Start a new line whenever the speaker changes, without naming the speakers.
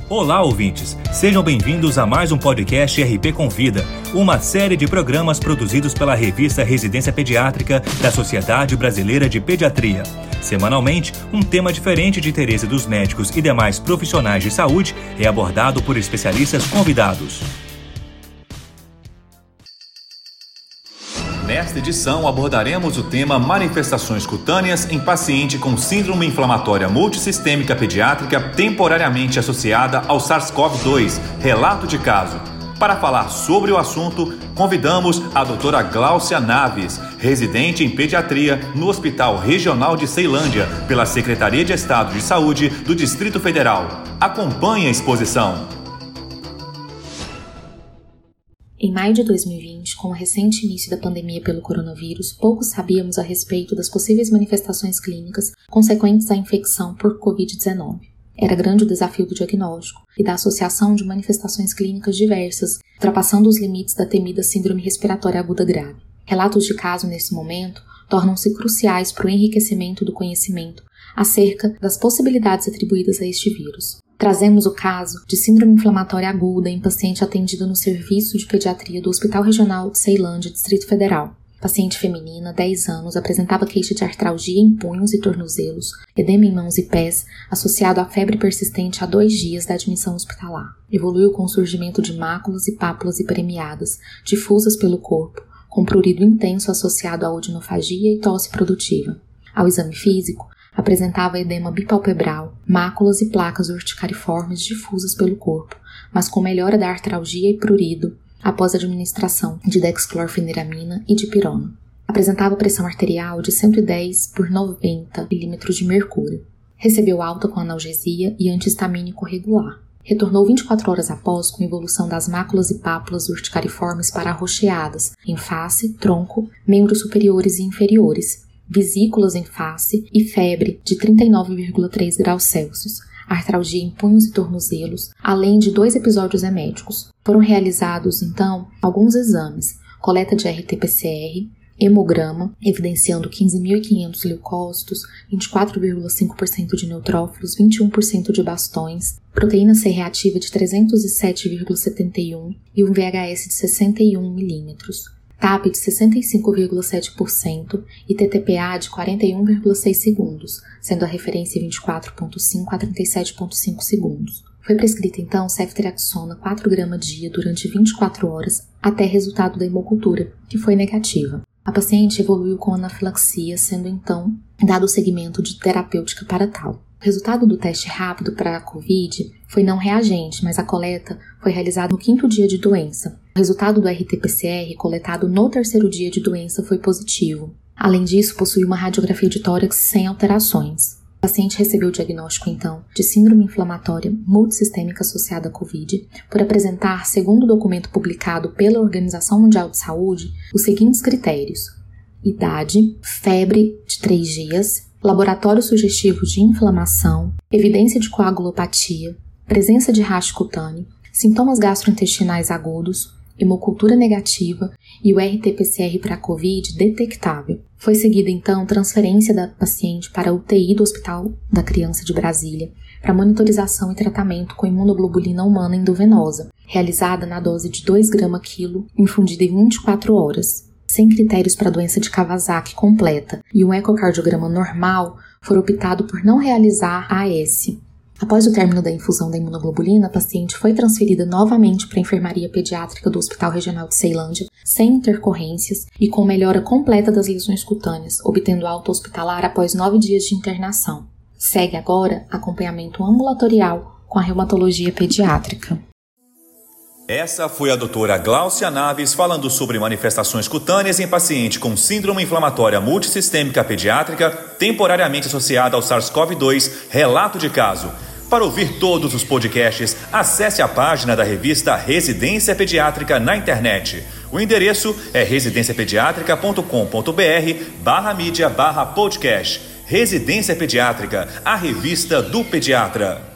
Olá, ouvintes! Sejam bem-vindos a mais um podcast RP Convida, uma série de programas produzidos pela revista Residência Pediátrica da Sociedade Brasileira de Pediatria. Semanalmente, um tema diferente de interesse dos médicos e demais profissionais de saúde é abordado por especialistas convidados. Nesta edição, abordaremos o tema manifestações cutâneas em paciente com síndrome inflamatória multissistêmica pediátrica temporariamente associada ao SARS-CoV-2, relato de caso. Para falar sobre o assunto, convidamos a doutora Gláucia Naves, residente em pediatria no Hospital Regional de Ceilândia, pela Secretaria de Estado de Saúde do Distrito Federal. Acompanhe a exposição.
Em maio de 2020, com o recente início da pandemia pelo coronavírus, pouco sabíamos a respeito das possíveis manifestações clínicas consequentes à infecção por Covid-19. Era grande o desafio do diagnóstico e da associação de manifestações clínicas diversas, ultrapassando os limites da temida síndrome respiratória aguda grave. Relatos de caso nesse momento tornam-se cruciais para o enriquecimento do conhecimento acerca das possibilidades atribuídas a este vírus. Trazemos o caso de síndrome inflamatória aguda em paciente atendida no Serviço de Pediatria do Hospital Regional de Ceilândia, Distrito Federal. Paciente feminina, 10 anos, apresentava queixa de artralgia em punhos e tornozelos, edema em mãos e pés, associado à febre persistente há 2 dias da admissão hospitalar. Evoluiu com o surgimento de máculas e pápulas hiperemiadas, difusas pelo corpo, com prurido intenso associado à odinofagia e tosse produtiva. Ao exame físico, apresentava edema bipalpebral, máculas e placas urticariformes difusas pelo corpo, mas com melhora da artralgia e prurido após a administração de dexclorfeniramina e dipirona. Apresentava pressão arterial de 110 por 90 mm de mercúrio. Recebeu alta com analgesia e antihistamínico regular. Retornou 24 horas após com evolução das máculas e pápulas urticariformes para arroxeadas em face, tronco, membros superiores e inferiores, vesículas em face e febre de 39,3 graus Celsius, artralgia em punhos e tornozelos, além de 2 episódios eméticos. Foram realizados, então, alguns exames, coleta de RT-PCR, hemograma, evidenciando 15.500 leucócitos, 24,5% de neutrófilos, 21% de bastões, proteína C reativa de 307,71 e um VHS de 61 mm. TAP de 65,7% e TTPA de 41,6 segundos, sendo a referência 24,5 a 37,5 segundos. Foi prescrita então ceftriaxona 4 gramas dia durante 24 horas até resultado da hemocultura, que foi negativa. A paciente evoluiu com anafilaxia, sendo então dado o segmento de terapêutica para tal. O resultado do teste rápido para a COVID foi não reagente, mas a coleta foi realizada no 5º dia de doença. O resultado do RT-PCR coletado no 3º dia de doença foi positivo. Além disso, possui uma radiografia de tórax sem alterações. O paciente recebeu o diagnóstico, então, de síndrome inflamatória multissistêmica associada à COVID por apresentar, segundo o documento publicado pela Organização Mundial de Saúde, os seguintes critérios: idade, febre de 3 dias, laboratório sugestivo de inflamação, evidência de coagulopatia, presença de racho cutâneo, sintomas gastrointestinais agudos, hemocultura negativa e o RT-PCR para a COVID detectável. Foi seguida, então, transferência da paciente para a UTI do Hospital da Criança de Brasília para monitorização e tratamento com imunoglobulina humana endovenosa, realizada na dose de 2 gramas/quilo, infundida em 24 horas. Sem critérios para a doença de Kawasaki completa e um ecocardiograma normal, foi optado por não realizar AS. Após o término da infusão da imunoglobulina, a paciente foi transferida novamente para a enfermaria pediátrica do Hospital Regional de Ceilândia, sem intercorrências e com melhora completa das lesões cutâneas, obtendo alta hospitalar após 9 dias de internação. Segue agora acompanhamento ambulatorial com a reumatologia pediátrica.
Essa foi a doutora Gláucia Naves falando sobre manifestações cutâneas em paciente com síndrome inflamatória multissistêmica pediátrica temporariamente associada ao SARS-CoV-2, relato de caso. Para ouvir todos os podcasts, acesse a página da revista Residência Pediátrica na internet. O endereço é residenciapediatrica.com.br/mídia/podcast. Residência Pediátrica, a revista do pediatra.